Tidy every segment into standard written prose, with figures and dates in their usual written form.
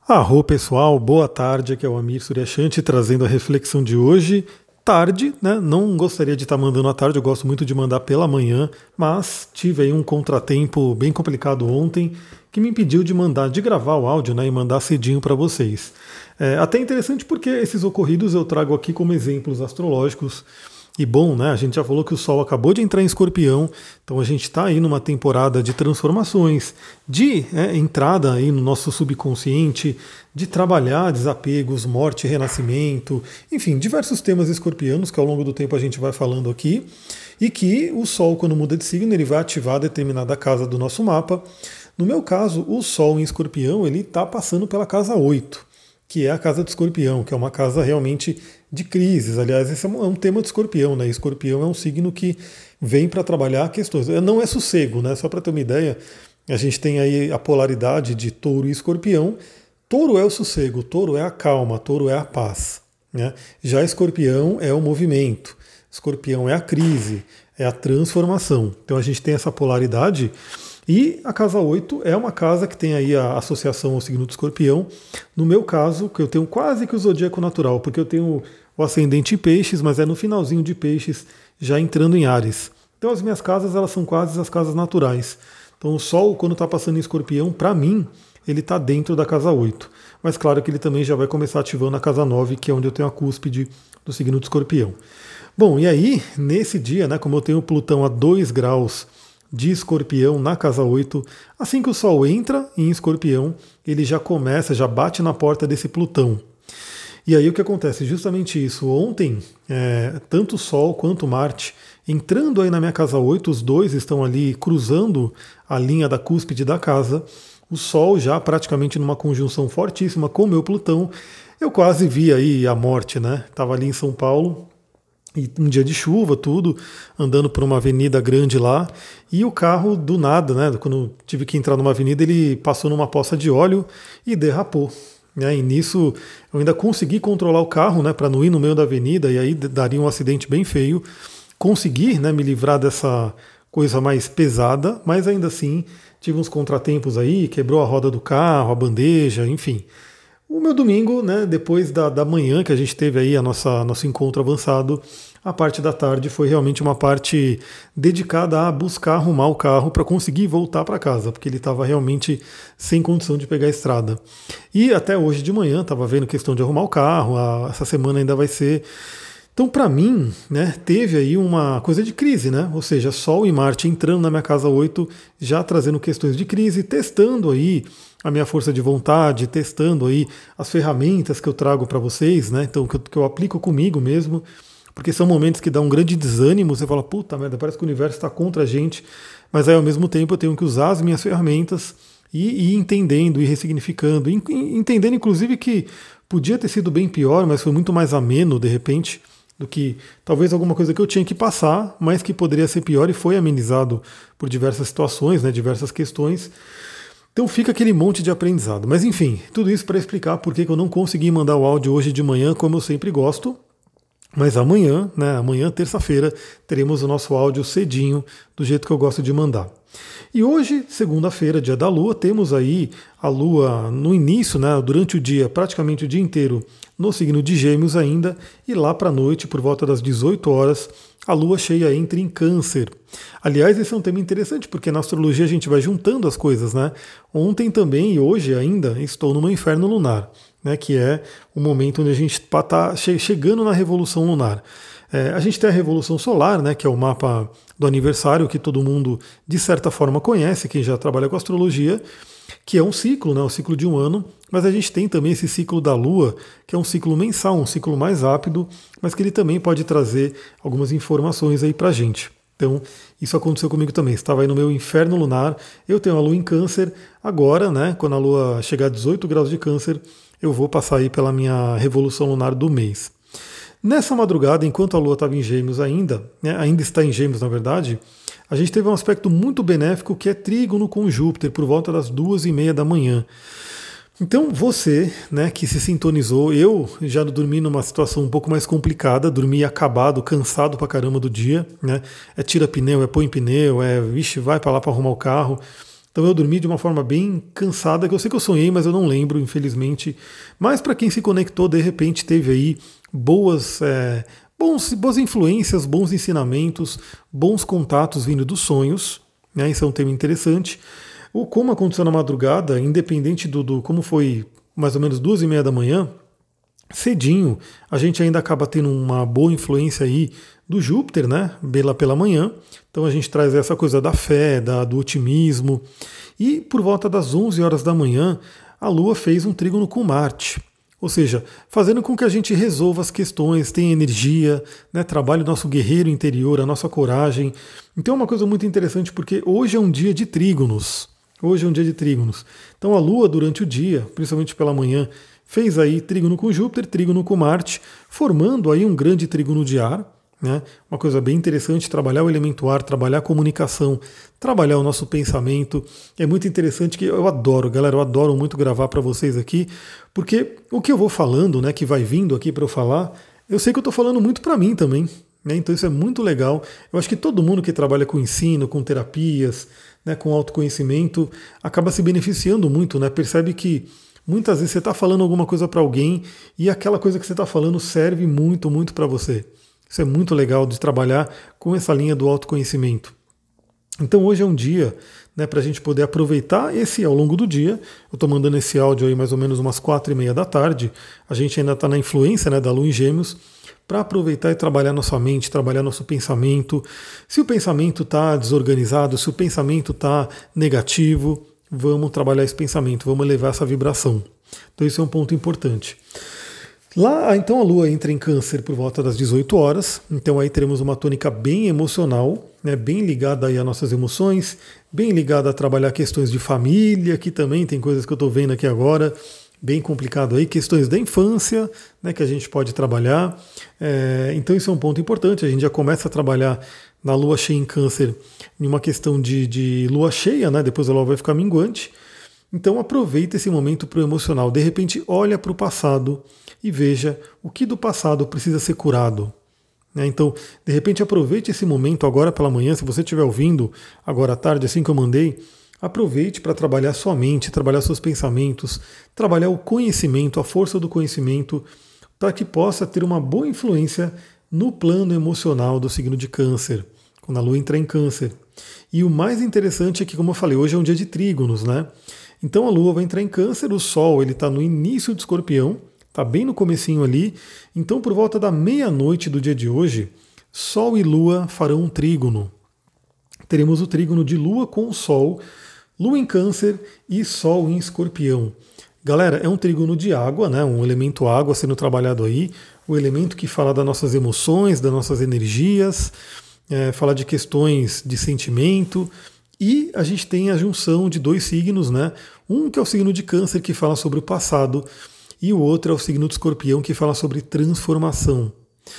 Arro pessoal, boa tarde, aqui é o Amir Suryashanti trazendo a reflexão de hoje. Tarde, né? Não gostaria de estar mandando à tarde, eu gosto muito de mandar pela manhã, mas tive aí um contratempo bem complicado ontem que me impediu de gravar o áudio, né, e mandar cedinho para vocês. É até interessante porque esses ocorridos eu trago aqui como exemplos astrológicos. E bom, né? A gente já falou que o Sol acabou de entrar em Escorpião, então a gente está aí numa temporada de transformações, de entrada aí no nosso subconsciente, de trabalhar desapegos, morte, renascimento, enfim, diversos temas escorpianos que ao longo do tempo a gente vai falando aqui, e que o Sol, quando muda de signo, ele vai ativar determinada casa do nosso mapa. No meu caso, o Sol em Escorpião, ele está passando pela casa 8, que é a casa do Escorpião, que é uma casa realmente de crises. Aliás, esse é um tema de Escorpião, né? Escorpião é um signo que vem para trabalhar questões. Não é sossego, né? Só para ter uma ideia, a gente tem aí a polaridade de Touro e Escorpião. Touro é o sossego, Touro é a calma, Touro é a paz, né? Já Escorpião é o movimento, Escorpião é a crise, é a transformação. Então a gente tem essa polaridade. E a casa 8 é uma casa que tem aí a associação ao signo do Escorpião. No meu caso, que eu tenho quase que o zodíaco natural, porque eu tenho o ascendente em Peixes, mas é no finalzinho de Peixes, já entrando em Áries. Então as minhas casas, elas são quase as casas naturais. Então o Sol, quando está passando em Escorpião, para mim, ele está dentro da casa 8. Mas claro que ele também já vai começar ativando a casa 9, que é onde eu tenho a cúspide do signo do Escorpião. Bom, e aí, nesse dia, né, como eu tenho Plutão a 2 graus de Escorpião na casa 8, assim que o Sol entra em Escorpião, ele já começa, já bate na porta desse Plutão. E aí o que acontece? Justamente isso. Ontem, tanto o Sol quanto Marte, entrando aí na minha casa 8, os dois estão ali cruzando a linha da cúspide da casa, o Sol já praticamente numa conjunção fortíssima com o meu Plutão. Eu quase vi aí a morte, né? Estava ali em São Paulo, e um dia de chuva, tudo, andando por uma avenida grande lá, e o carro do nada, né? Quando tive que entrar numa avenida, ele passou numa poça de óleo e derrapou. Né? E nisso eu ainda consegui controlar o carro, né? Para não ir no meio da avenida, e aí daria um acidente bem feio. Consegui, né, me livrar dessa coisa mais pesada, mas ainda assim tive uns contratempos aí, quebrou a roda do carro, a bandeja, enfim. O meu domingo, né, depois da manhã que a gente teve aí nosso encontro avançado, a parte da tarde foi realmente uma parte dedicada a buscar arrumar o carro para conseguir voltar para casa, porque ele estava realmente sem condição de pegar a estrada. E até hoje de manhã estava vendo questão de arrumar o carro, essa semana ainda vai ser. Então, para mim, né, teve aí uma coisa de crise, né? Ou seja, Sol e Marte entrando na minha casa 8, já trazendo questões de crise, testando aí a minha força de vontade, testando aí as ferramentas que eu trago para vocês, né? Então, que eu aplico comigo mesmo, porque são momentos que dá um grande desânimo, você fala, puta merda, parece que o universo está contra a gente, mas aí ao mesmo tempo eu tenho que usar as minhas ferramentas e ir entendendo, e ressignificando, entendendo inclusive que podia ter sido bem pior, mas foi muito mais ameno de repente, do que talvez alguma coisa que eu tinha que passar, mas que poderia ser pior e foi amenizado por diversas situações, né, diversas questões. Então fica aquele monte de aprendizado. Mas enfim, tudo isso para explicar por que eu não consegui mandar o áudio hoje de manhã, como eu sempre gosto. Mas amanhã, né, amanhã, terça-feira, teremos o nosso áudio cedinho, do jeito que eu gosto de mandar. E hoje, segunda-feira, dia da Lua, temos aí a Lua no início, né, durante o dia, praticamente o dia inteiro, no signo de Gêmeos ainda, e lá para a noite, por volta das 18 horas, a Lua cheia entra em Câncer. Aliás, esse é um tema interessante, porque na astrologia a gente vai juntando as coisas, né? Ontem também e hoje ainda estou numa inferno lunar, né, que é o momento onde a gente está chegando na revolução lunar. A gente tem a Revolução Solar, né, que é o mapa do aniversário que todo mundo, de certa forma, conhece, quem já trabalha com astrologia, que é um ciclo, né, um ciclo de um ano, mas a gente tem também esse ciclo da Lua, que é um ciclo mensal, um ciclo mais rápido, mas que ele também pode trazer algumas informações aí pra gente. Então, isso aconteceu comigo também. Estava aí no meu inferno lunar, eu tenho a Lua em Câncer, agora, né, quando a Lua chegar a 18 graus de Câncer, eu vou passar aí pela minha revolução lunar do mês. Nessa madrugada, enquanto a Lua estava em Gêmeos ainda, né, ainda está em Gêmeos na verdade, a gente teve um aspecto muito benéfico que é trígono com Júpiter por volta das 2h30 da manhã. Então você, né, que se sintonizou, eu já dormi numa situação um pouco mais complicada, dormi acabado, cansado pra caramba do dia, né? Tira pneu, põe pneu, vixe, vai pra lá pra arrumar o carro. Então eu dormi de uma forma bem cansada, que eu sei que eu sonhei, mas eu não lembro, infelizmente. Mas para quem se conectou, de repente teve aí boas influências, bons ensinamentos, bons contatos vindo dos sonhos. Né? Isso é um tema interessante. O como aconteceu na madrugada, independente do como foi mais ou menos 2:30 da manhã, cedinho, a gente ainda acaba tendo uma boa influência aí do Júpiter, né? Pela manhã. Então a gente traz essa coisa da fé, do otimismo. E por volta das 11 horas da manhã, a Lua fez um trígono com Marte. Ou seja, fazendo com que a gente resolva as questões, tenha energia, né, trabalhe o nosso guerreiro interior, a nossa coragem. Então é uma coisa muito interessante porque hoje é um dia de trígonos. Hoje é um dia de trígonos. Então a Lua, durante o dia, principalmente pela manhã, fez aí trígono com Júpiter, trígono com Marte, formando aí um grande trígono de ar. Né? Uma coisa bem interessante, trabalhar o elemento ar, trabalhar a comunicação, trabalhar o nosso pensamento. É muito interessante que eu adoro, galera, eu adoro muito gravar para vocês aqui, porque o que eu vou falando, né, que vai vindo aqui para eu falar, eu sei que eu estou falando muito para mim também. Né? Então isso é muito legal. Eu acho que todo mundo que trabalha com ensino, com terapias, né, com autoconhecimento, acaba se beneficiando muito, né? Percebe que muitas vezes você está falando alguma coisa para alguém e aquela coisa que você está falando serve muito, muito para você. Isso é muito legal de trabalhar com essa linha do autoconhecimento. Então hoje é um dia, né, para a gente poder aproveitar esse ao longo do dia. Eu estou mandando esse áudio aí mais ou menos umas 4:30 da tarde. A gente ainda está na influência, né, da Lua em Gêmeos, para aproveitar e trabalhar nossa mente, trabalhar nosso pensamento. Se o pensamento está desorganizado, se o pensamento está negativo, vamos trabalhar esse pensamento, vamos elevar essa vibração. Então isso é um ponto importante. Lá, então a Lua entra em Câncer por volta das 18 horas, então aí teremos uma tônica bem emocional, né, bem ligada aí às nossas emoções, bem ligada a trabalhar questões de família, que também tem coisas que eu estou vendo aqui agora, bem complicado aí, questões da infância, né, que a gente pode trabalhar. Então isso é um ponto importante, a gente já começa a trabalhar na Lua cheia em Câncer, em uma questão de Lua cheia, né, depois a Lua vai ficar minguante. Então aproveita esse momento para o emocional, de repente olha para o passado e veja o que do passado precisa ser curado. Então, de repente aproveite esse momento agora pela manhã, se você estiver ouvindo agora à tarde, assim que eu mandei, aproveite para trabalhar sua mente, trabalhar seus pensamentos, trabalhar o conhecimento, a força do conhecimento, para que possa ter uma boa influência no plano emocional do signo de Câncer, quando a Lua entrar em Câncer. E o mais interessante é que, como eu falei, hoje é um dia de trígonos, né? Então a Lua vai entrar em Câncer, o Sol ele está no início de Escorpião, está bem no comecinho ali. Então por volta da meia-noite do dia de hoje, Sol e Lua farão um trígono. Teremos o trígono de Lua com o Sol, Lua em Câncer e Sol em Escorpião. Galera, é um trígono de água, né? Um elemento água sendo trabalhado aí, o elemento que fala das nossas emoções, das nossas energias, fala de questões de sentimento. E a gente tem a junção de dois signos, né? Um que é o signo de Câncer, que fala sobre o passado, e o outro é o signo de Escorpião, que fala sobre transformação.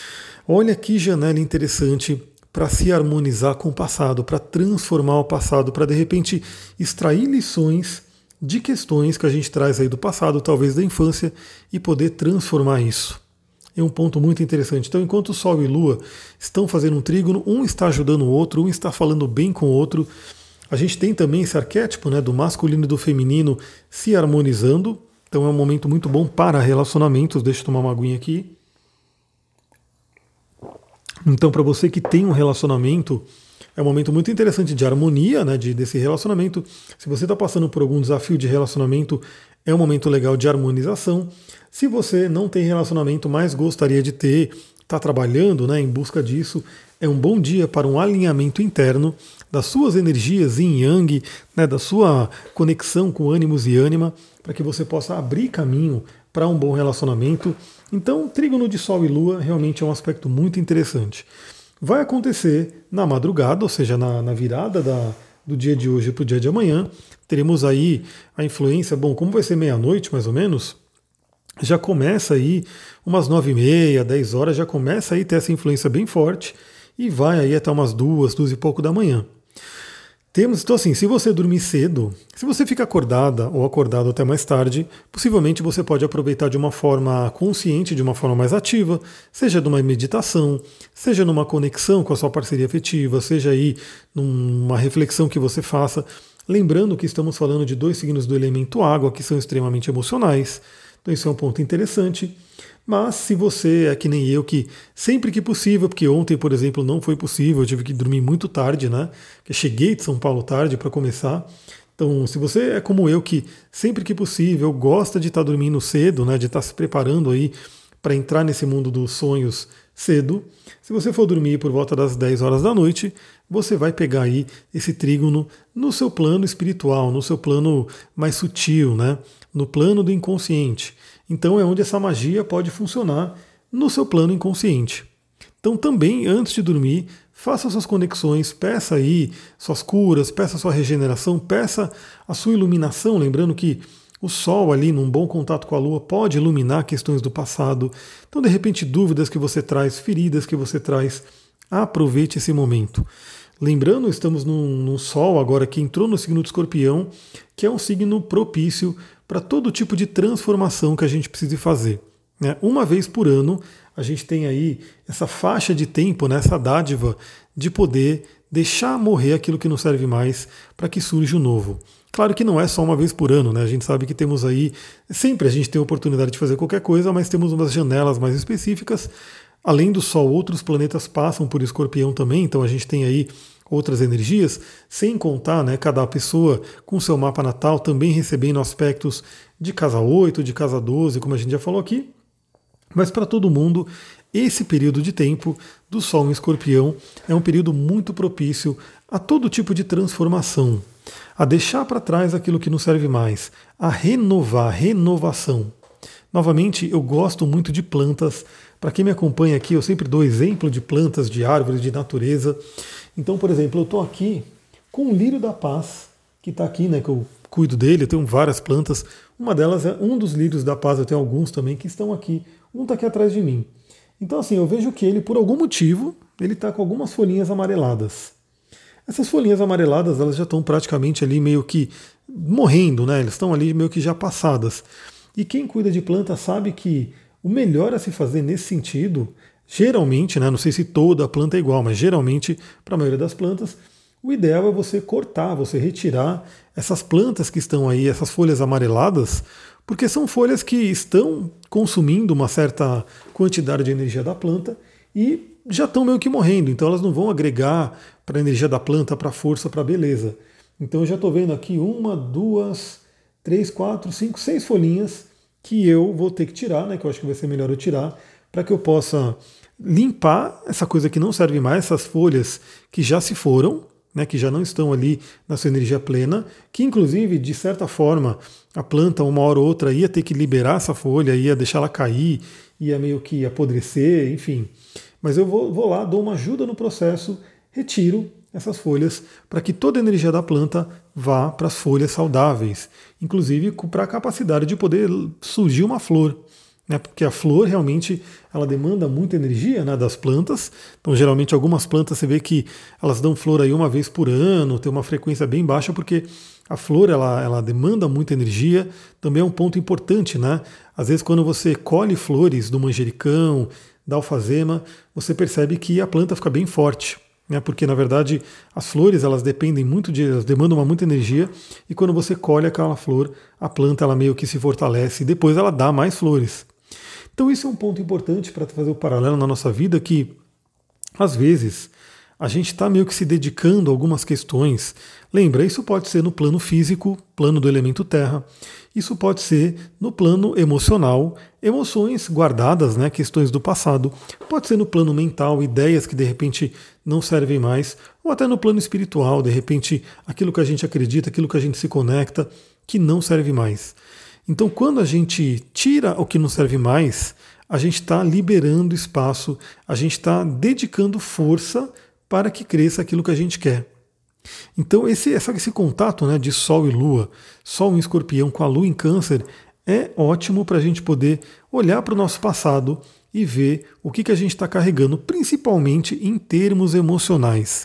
Olha que janela interessante para se harmonizar com o passado, para transformar o passado, para de repente extrair lições de questões que a gente traz aí do passado, talvez da infância, e poder transformar isso. É um ponto muito interessante. Então, enquanto o Sol e Lua estão fazendo um trígono, um está ajudando o outro, um está falando bem com o outro. A gente tem também esse arquétipo, né, do masculino e do feminino se harmonizando. Então é um momento muito bom para relacionamentos. Deixa eu tomar uma aguinha aqui. Então, para você que tem um relacionamento, é um momento muito interessante de harmonia, né, desse relacionamento. Se você está passando por algum desafio de relacionamento, é um momento legal de harmonização. Se você não tem relacionamento, mas gostaria de ter, está trabalhando, né, em busca disso, é um bom dia para um alinhamento interno das suas energias yin yang, né, da sua conexão com ânimos e ânima, para que você possa abrir caminho para um bom relacionamento. Então, trígono de Sol e Lua realmente é um aspecto muito interessante. Vai acontecer na madrugada, ou seja, na virada do dia de hoje para o dia de amanhã. Teremos aí a influência, bom, como vai ser meia-noite mais ou menos, já começa aí umas 9:30, 10 horas, já começa aí ter essa influência bem forte e vai aí até umas 2 e pouco da manhã. Então assim, se você dormir cedo, se você fica acordada ou acordado até mais tarde, possivelmente você pode aproveitar de uma forma consciente, de uma forma mais ativa, seja numa meditação, seja numa conexão com a sua parceria afetiva, seja aí numa reflexão que você faça. Lembrando que estamos falando de dois signos do elemento água que são extremamente emocionais, então isso é um ponto interessante. Mas se você é que nem eu, que sempre que possível, porque ontem, por exemplo, não foi possível, eu tive que dormir muito tarde, né? Que eu cheguei de São Paulo tarde para começar. Então, se você é como eu, que sempre que possível gosta de estar dormindo cedo, né? De estar se preparando aí para entrar nesse mundo dos sonhos cedo, se você for dormir por volta das 10 horas da noite, você vai pegar aí esse trígono no seu plano espiritual, no seu plano mais sutil, né? No plano do inconsciente. Então é onde essa magia pode funcionar no seu plano inconsciente. Então também, antes de dormir, faça suas conexões, peça aí suas curas, peça sua regeneração, peça a sua iluminação, lembrando que o Sol ali, num bom contato com a Lua, pode iluminar questões do passado. Então, de repente, dúvidas que você traz, feridas que você traz, aproveite esse momento. Lembrando, estamos num Sol agora que entrou no signo de Escorpião, que é um signo propício para todo tipo de transformação que a gente precise fazer. Né? Uma vez por ano, a gente tem aí essa faixa de tempo, né, essa dádiva de poder deixar morrer aquilo que não serve mais para que surja o novo. Claro que não é só uma vez por ano, né? A gente sabe que temos aí, sempre a gente tem a oportunidade de fazer qualquer coisa, mas temos umas janelas mais específicas. Além do Sol, outros planetas passam por Escorpião também, então a gente tem aí outras energias, sem contar, né, cada pessoa com seu mapa natal também recebendo aspectos de casa 8, de casa 12, como a gente já falou aqui. Mas para todo mundo, esse período de tempo do Sol em Escorpião é um período muito propício a todo tipo de transformação, a deixar para trás aquilo que não serve mais, a renovar, renovação. Novamente, eu gosto muito de plantas. Para quem me acompanha aqui, eu sempre dou exemplo de plantas, de árvores, de natureza. Então, por exemplo, eu estou aqui com o lírio da paz, que está aqui, né, que eu cuido dele, eu tenho várias plantas. Uma delas é um dos lírios da paz, eu tenho alguns também que estão aqui. Um está aqui atrás de mim. Então, assim, eu vejo que ele, por algum motivo, ele está com algumas folhinhas amareladas. Essas folhinhas amareladas, elas já estão praticamente ali meio que morrendo, né? Elas estão ali meio que já passadas. E quem cuida de planta sabe que o melhor a se fazer nesse sentido, geralmente, né? Não sei se toda a planta é igual, mas geralmente, para a maioria das plantas, o ideal é você cortar, você retirar essas plantas que estão aí, essas folhas amareladas, porque são folhas que estão consumindo uma certa quantidade de energia da planta e já estão meio que morrendo, então elas não vão agregar para a energia da planta, para a força, para a beleza. Então eu já estou vendo aqui 1, 2, 3, 4, 5, 6 folhinhas que eu vou ter que tirar, né, que eu acho que vai ser melhor eu tirar, para que eu possa limpar essa coisa que não serve mais, essas folhas que já se foram, né, que já não estão ali na sua energia plena, que inclusive, de certa forma, a planta, uma hora ou outra, ia ter que liberar essa folha, ia deixar ela cair, ia meio que apodrecer, enfim. Mas eu vou lá, dou uma ajuda no processo, retiro essas folhas para que toda a energia da planta vá para as folhas saudáveis, inclusive para a capacidade de poder surgir uma flor. Né, porque a flor realmente ela demanda muita energia, né, das plantas. Então, geralmente, algumas plantas você vê que elas dão flor aí uma vez por ano, tem uma frequência bem baixa, porque a flor ela demanda muita energia. Também é um ponto importante, né? Às vezes, quando você colhe flores do manjericão, da alfazema, você percebe que a planta fica bem forte. Né, porque na verdade as flores elas dependem muito elas demandam muita energia, e quando você colhe aquela flor, a planta ela meio que se fortalece e depois ela dá mais flores. Então isso é um ponto importante para fazer o paralelo na nossa vida, que às vezes a gente está meio que se dedicando a algumas questões. Lembra, isso pode ser no plano físico, plano do elemento terra, isso pode ser no plano emocional, emoções guardadas, né, questões do passado, pode ser no plano mental, ideias que de repente não servem mais, ou até no plano espiritual, de repente aquilo que a gente acredita, aquilo que a gente se conecta, que não serve mais. Então, quando a gente tira o que não serve mais, a gente está liberando espaço, a gente está dedicando força para que cresça aquilo que a gente quer. Então, esse contato, né, de Sol e Lua, Sol em Escorpião com a Lua em Câncer, é ótimo para a gente poder olhar para o nosso passado e ver o que a gente está carregando, principalmente em termos emocionais.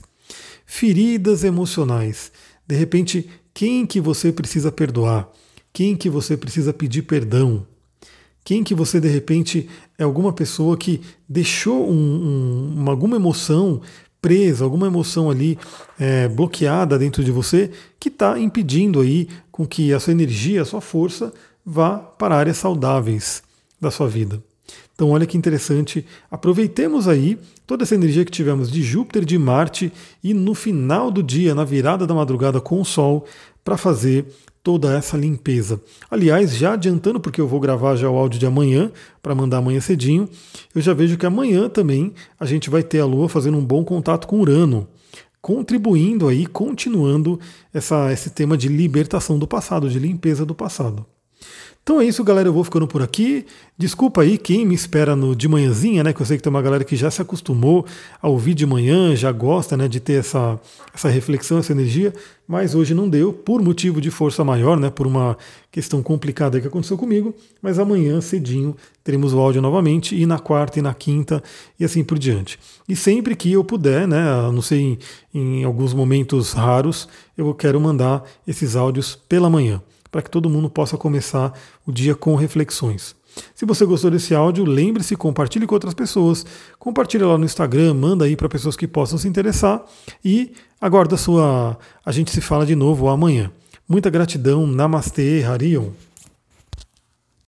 Feridas emocionais. De repente, quem que você precisa perdoar? Quem que você precisa pedir perdão? Quem que você, de repente, é alguma pessoa que deixou alguma emoção presa, alguma emoção ali bloqueada dentro de você que está impedindo aí com que a sua energia, a sua força vá para áreas saudáveis da sua vida. Então olha que interessante, aproveitemos aí toda essa energia que tivemos de Júpiter, de Marte e no final do dia, na virada da madrugada com o Sol, para fazer toda essa limpeza. Aliás, já adiantando, porque eu vou gravar já o áudio de amanhã, para mandar amanhã cedinho, eu já vejo que amanhã também a gente vai ter a Lua fazendo um bom contato com Urano, contribuindo aí, continuando esse tema de libertação do passado, de limpeza do passado. Então é isso, galera, eu vou ficando por aqui. Desculpa aí quem me espera de manhãzinha, né? Que eu sei que tem uma galera que já se acostumou a ouvir de manhã, já gosta, né, de ter essa reflexão, essa energia, mas hoje não deu, por motivo de força maior, né? Por uma questão complicada que aconteceu comigo, mas amanhã, cedinho, teremos o áudio novamente, e na quarta e na quinta, e assim por diante. E sempre que eu puder, né? Não sei, em alguns momentos raros, eu quero mandar esses áudios pela manhã, para que todo mundo possa começar o dia com reflexões. Se você gostou desse áudio, lembre-se, compartilhe com outras pessoas, compartilhe lá no Instagram, manda aí para pessoas que possam se interessar e aguardo a gente se fala de novo amanhã. Muita gratidão, Namastê, Harion.